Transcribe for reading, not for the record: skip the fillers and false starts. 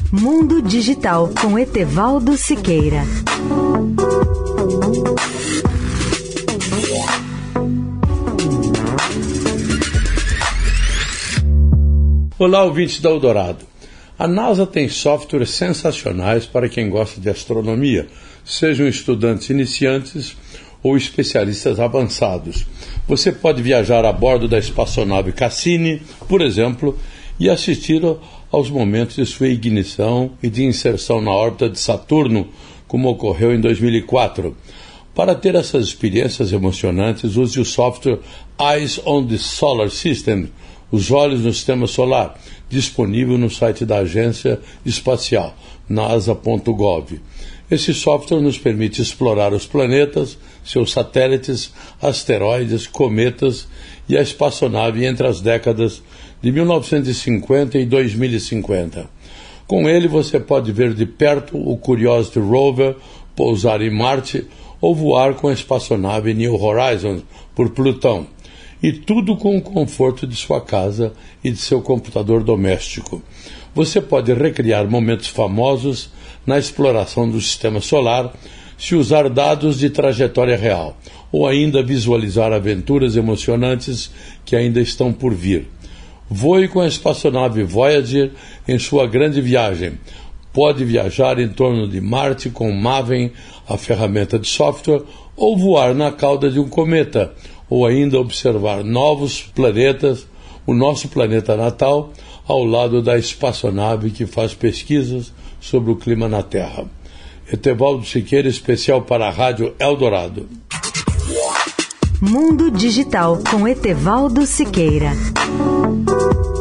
Mundo Digital com Etevaldo Siqueira. Olá, ouvintes da Eldorado. A NASA tem softwares sensacionais para quem gosta de astronomia, sejam estudantes iniciantes ou especialistas avançados. Você pode viajar a bordo da espaçonave Cassini, por exemplo, e assistir aos momentos de sua ignição e de inserção na órbita de Saturno, como ocorreu em 2004. Para ter essas experiências emocionantes, use o software Eyes on the Solar System, Os Olhos no Sistema Solar, disponível no site da Agência Espacial, nasa.gov. Esse software nos permite explorar os planetas, seus satélites, asteroides, cometas e a espaçonave entre as décadas de 1950 e 2050. Com ele você pode ver de perto o Curiosity Rover, pousar em Marte ou voar com a espaçonave New Horizons por Plutão. E tudo com o conforto de sua casa e de seu computador doméstico. Você pode recriar momentos famosos na exploração do sistema solar se usar dados de trajetória real, ou ainda visualizar aventuras emocionantes que ainda estão por vir. Voe com a espaçonave Voyager em sua grande viagem. Pode viajar em torno de Marte com Maven, a ferramenta de software, ou voar na cauda de um cometa, ou ainda observar novos planetas, o nosso planeta natal, ao lado da espaçonave que faz pesquisas sobre o clima na Terra. Etevaldo Siqueira, especial para a Rádio Eldorado. Mundo Digital com Etevaldo Siqueira.